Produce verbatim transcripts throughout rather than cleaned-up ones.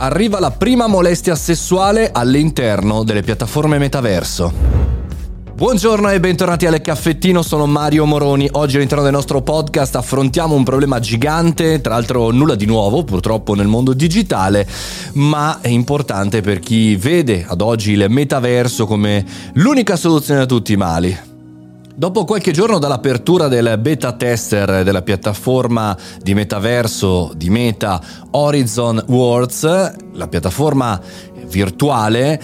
Arriva la prima molestia sessuale all'interno delle piattaforme metaverso. Buongiorno e bentornati al Caffettino, sono Mario Moroni. Oggi all'interno del nostro podcast affrontiamo un problema gigante, tra l'altro nulla di nuovo purtroppo nel mondo digitale, ma è importante per chi vede ad oggi il metaverso come l'unica soluzione a tutti i mali. Dopo qualche giorno dall'apertura del beta tester della piattaforma di metaverso di Meta Horizon Worlds, la piattaforma virtuale,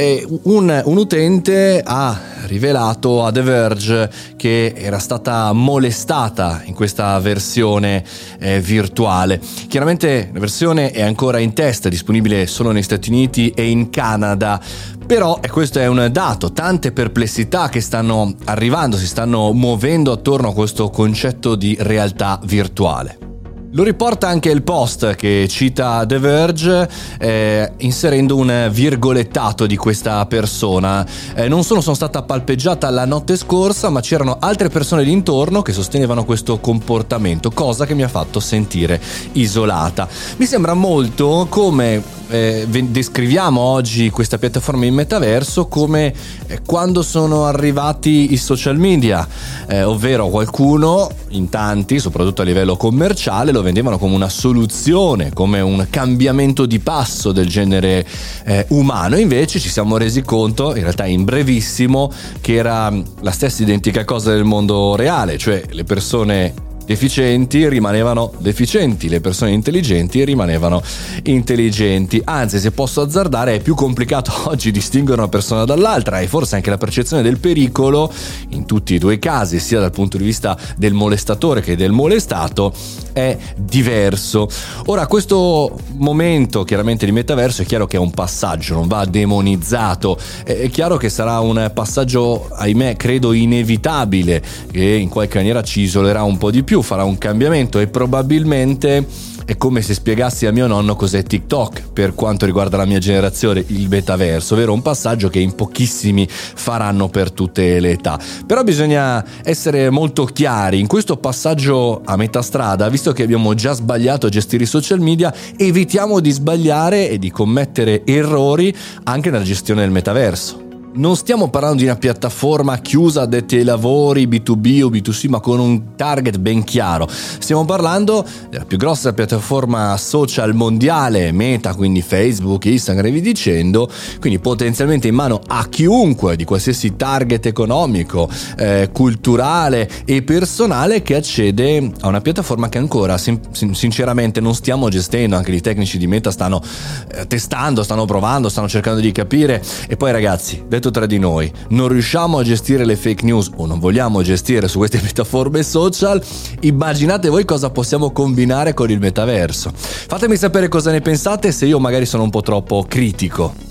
un, un utente ha rivelato a The Verge che era stata molestata in questa versione eh, virtuale. Chiaramente la versione è ancora in test, è disponibile solo negli Stati Uniti e in Canada. Però e questo è un dato, tante perplessità che stanno arrivando, si stanno muovendo attorno a questo concetto di realtà virtuale. Lo riporta anche il post che cita The Verge, eh, inserendo un virgolettato di questa persona. Eh, non solo sono stata palpeggiata la notte scorsa, ma c'erano altre persone lì intorno che sostenevano questo comportamento, cosa che mi ha fatto sentire isolata. Mi sembra molto come eh, descriviamo oggi questa piattaforma in metaverso come eh, quando sono arrivati i social media, eh, ovvero qualcuno, in tanti, soprattutto a livello commerciale, lo vendevano come una soluzione, come un cambiamento di passo del genere eh, umano. Invece ci siamo resi conto, in realtà in brevissimo, che era la stessa identica cosa del mondo reale, cioè le persone deficienti rimanevano deficienti, le persone intelligenti rimanevano intelligenti. Anzi, se posso azzardare, è più complicato oggi distinguere una persona dall'altra, e forse anche la percezione del pericolo in tutti i due casi, sia dal punto di vista del molestatore che del molestato, è diverso. Ora, questo momento chiaramente di metaverso è chiaro che è un passaggio, non va demonizzato, è chiaro che sarà un passaggio, ahimè, credo inevitabile, che in qualche maniera ci isolerà un po' di più, farà un cambiamento, e probabilmente è come se spiegassi a mio nonno cos'è TikTok per quanto riguarda la mia generazione, il metaverso, ovvero un passaggio che in pochissimi faranno per tutte le età. Però bisogna essere molto chiari in questo passaggio a metà strada, visto che abbiamo già sbagliato a gestire i social media, evitiamo di sbagliare e di commettere errori anche nella gestione del metaverso. Non stiamo parlando di una piattaforma chiusa addetti ai lavori, B due B o B due C, ma con un target ben chiaro. Stiamo parlando della più grossa piattaforma social mondiale, Meta, quindi Facebook, Instagram e via dicendo, quindi potenzialmente in mano a chiunque di qualsiasi target economico, eh, culturale e personale che accede a una piattaforma che ancora sin- sinceramente non stiamo gestendo. Anche i tecnici di Meta stanno eh, testando, stanno provando, stanno cercando di capire. E poi, ragazzi, detto tra di noi, non riusciamo a gestire le fake news o non vogliamo gestire su queste piattaforme social, immaginate voi cosa possiamo combinare con il metaverso. Fatemi sapere cosa ne pensate, se io magari sono un po' troppo critico.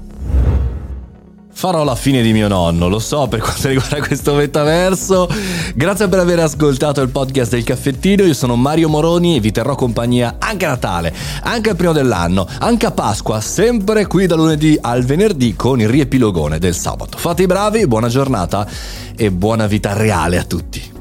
Farò la fine di mio nonno, lo so, per quanto riguarda questo metaverso. Grazie per aver ascoltato il podcast del Caffettino. Io sono Mario Moroni e vi terrò compagnia anche a Natale, anche al primo dell'anno, anche a Pasqua, sempre qui da lunedì al venerdì con il riepilogone del sabato. Fate i bravi, buona giornata e buona vita reale a tutti.